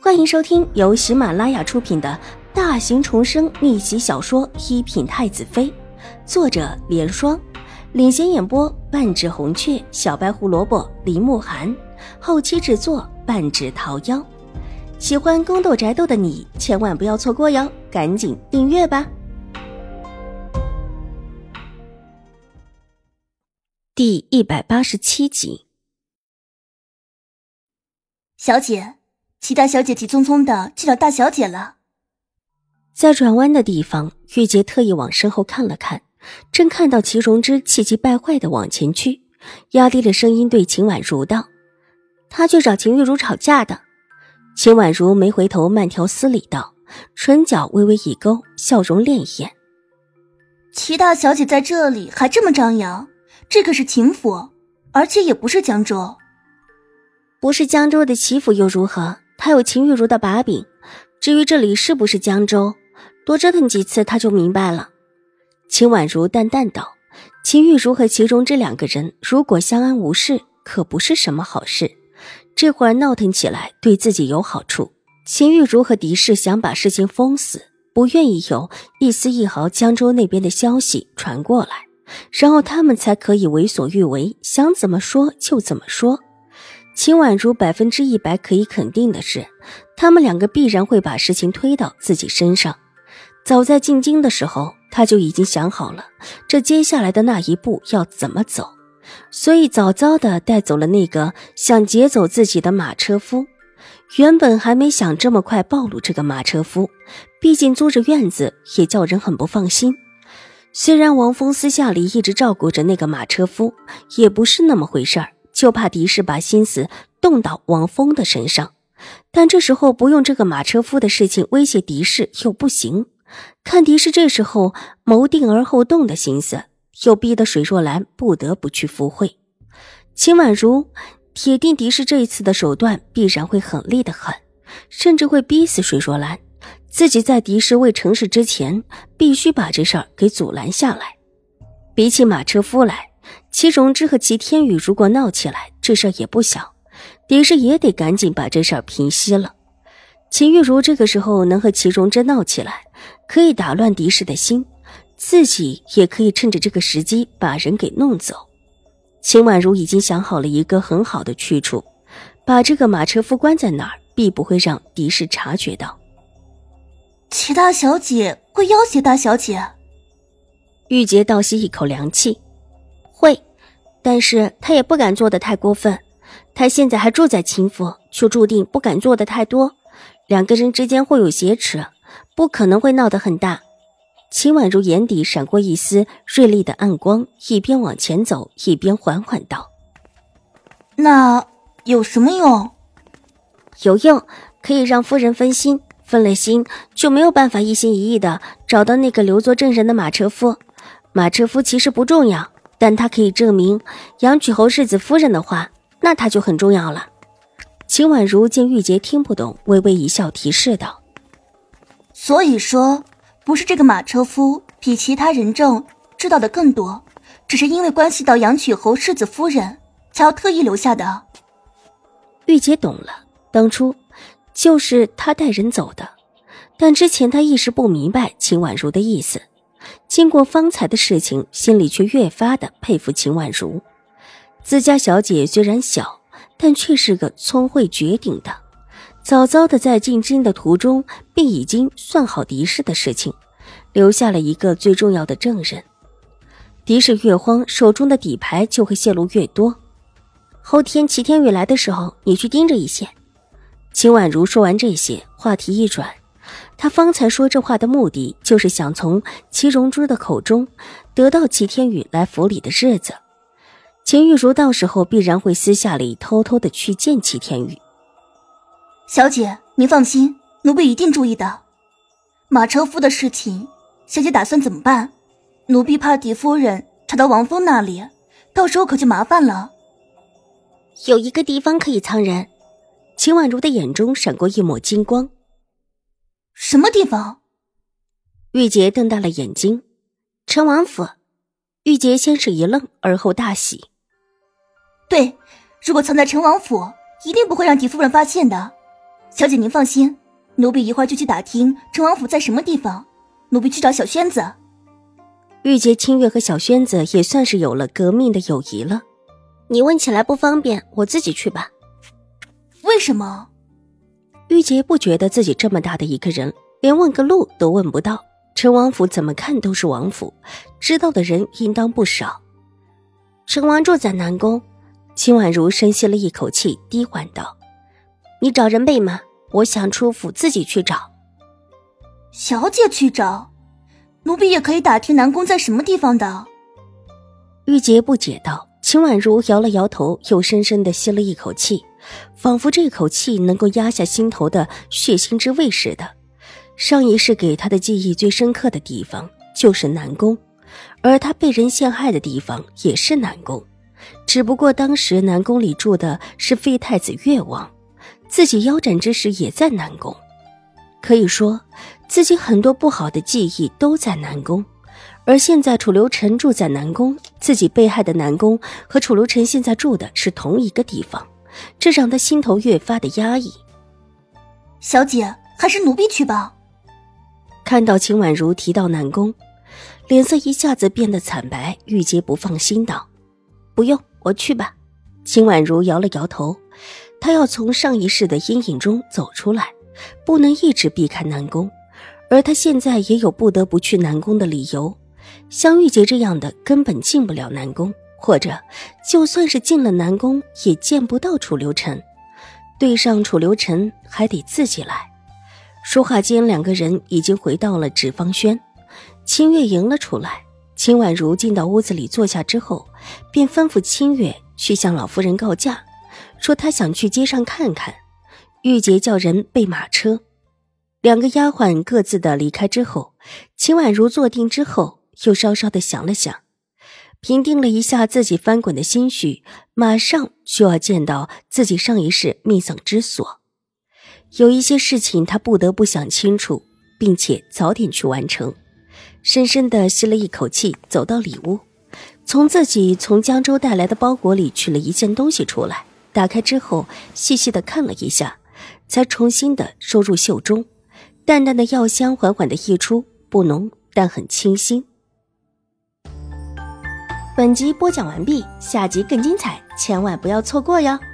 欢迎收听由喜马拉雅出品的大型重生逆袭小说《一品太子妃》，作者莲霜，领衔演播半指红雀、小白胡萝卜、林慕寒，后期制作半指桃夭。喜欢宫斗宅斗的你千万不要错过哟，赶紧订阅吧。第187集。 小姐，齐大小姐急匆匆的去找大小姐了。 在转弯的地方，玉洁特意往身后看了看，正看到齐荣之气急败坏的往前去，压低了声音对秦婉如道：他去找秦玉茹吵架的。秦婉如没回头，慢条斯理道，唇角微微一勾，笑容潋滟。 齐大小姐在这里还这么张扬，这可是秦府，而且也不是江州。 不是江州的齐府又如何？他有秦玉茹的把柄，至于这里是不是江州，多折腾几次他就明白了。秦婉如淡淡道，秦玉茹和齐荣这两个人如果相安无事，可不是什么好事，这会儿闹腾起来对自己有好处。秦玉茹和狄氏想把事情封死，不愿意有一丝一毫江州那边的消息传过来，然后他们才可以为所欲为，想怎么说就怎么说。秦婉如100%可以肯定的是，他们两个必然会把事情推到自己身上。早在进京的时候，他就已经想好了这接下来的那一步要怎么走，所以早早的带走了那个想劫走自己的马车夫。原本还没想这么快暴露这个马车夫，毕竟租着院子也叫人很不放心。虽然王峰私下里一直照顾着那个马车夫，也不是那么回事儿，就怕狄氏把心思动到王峰的身上，但这时候不用这个马车夫的事情威胁狄氏又不行。看狄氏这时候谋定而后动的心思，又逼得水若兰不得不去赴会。秦婉如铁定狄氏这一次的手段必然会狠厉得很，甚至会逼死水若兰。自己在狄氏未成事之前，必须把这事儿给阻拦下来。比起马车夫来，齐荣之和齐天宇如果闹起来，这事儿也不小，狄氏也得赶紧把这事儿平息了。秦玉茹这个时候能和齐荣之闹起来，可以打乱狄氏的心，自己也可以趁着这个时机把人给弄走。秦婉如已经想好了一个很好的去处，把这个马车夫关在哪儿，必不会让狄氏察觉到。 齐大小姐会要挟大小姐？ 玉洁倒吸一口凉气，会，但是她也不敢做得太过分。她现在还住在秦府，就注定不敢做得太多，两个人之间会有挟持，不可能会闹得很大。秦婉如眼底闪过一丝锐利的暗光，一边往前走，一边缓缓道： 那有什么用？ 有用，可以让夫人分心，分了心就没有办法一心一意的找到那个留作证人的马车夫。马车夫其实不重要，但他可以证明杨曲侯世子夫人的话，那他就很重要了。秦婉如见玉洁听不懂，微微一笑提示道： 所以说不是这个马车夫比其他人证知道的更多，只是因为关系到杨曲侯世子夫人才要特意留下的。 玉洁懂了，当初就是他带人走的，但之前他一时不明白秦婉如的意思，经过方才的事情，心里却越发的佩服秦婉如。自家小姐虽然小，但却是个聪慧绝顶的，早早的在进京的途中便已经算好狄氏的事情，留下了一个最重要的证人。狄氏越慌，手中的底牌就会泄露越多。后天齐天宇来的时候，你去盯着一些。秦婉如说完这些，话题一转，她方才说这话的目的，就是想从齐荣之的口中得到齐天宇来府里的日子。秦玉茹到时候必然会私下里偷偷的去见齐天宇。 小姐，您放心，奴婢一定注意的。马车夫的事情，小姐打算怎么办？奴婢怕狄夫人查到王峰那里，到时候可就麻烦了。 有一个地方可以藏人。秦婉如的眼中闪过一抹金光。 什么地方？ 玉洁瞪大了眼睛。陈王府。玉洁先是一愣，而后大喜。 对，如果藏在陈王府，一定不会让狄夫人发现的。 小姐您放心，奴婢一会儿就去打听陈王府在什么地方，奴婢去找小轩子。 玉洁、清月和小轩子也算是有了革命的友谊了。你问起来不方便，我自己去吧。 为什么？ 玉洁不觉得自己这么大的一个人，连问个路都问不到。陈王府怎么看都是王府，知道的人应当不少。陈王住在南宫。秦婉如深吸了一口气，低缓道：你找人备马，我想出府自己去找。 小姐去找？奴婢也可以打听南宫在什么地方的。 玉洁不解道。秦婉如摇了摇头，又深深地吸了一口气，仿佛这口气能够压下心头的血腥之味似的。上一世给他的记忆最深刻的地方就是南宫，而他被人陷害的地方也是南宫，只不过当时南宫里住的是废太子越王，自己腰斩之时也在南宫。可以说自己很多不好的记忆都在南宫，而现在楚留臣住在南宫，自己被害的南宫和楚留臣现在住的是同一个地方，这让他心头越发的压抑。 小姐，还是奴婢去吧。 看到秦婉如提到南宫，脸色一下子变得惨白，玉洁不放心道：不用，我去吧。秦婉如摇了摇头，她要从上一世的阴影中走出来，不能一直避开南宫，而她现在也有不得不去南宫的理由。像玉洁这样的根本进不了南宫，或者就算是进了南宫也见不到楚留臣，对上楚留臣还得自己来。说话间，两个人已经回到了纸坊轩，清月迎了出来。秦婉如进到屋子里坐下之后，便吩咐清月去向老夫人告假，说她想去街上看看。玉洁叫人备马车，两个丫鬟各自的离开之后，秦婉如坐定之后，又稍稍的想了想，平定了一下自己翻滚的心绪，马上就要见到自己上一世命丧之所。有一些事情他不得不想清楚，并且早点去完成。深深地吸了一口气，走到里屋，从自己从江州带来的包裹里取了一件东西出来，打开之后细细地看了一下，才重新的收入袖中。淡淡的药香缓缓地溢出，不浓但很清新。本集播讲完毕，下集更精彩，千万不要错过哟。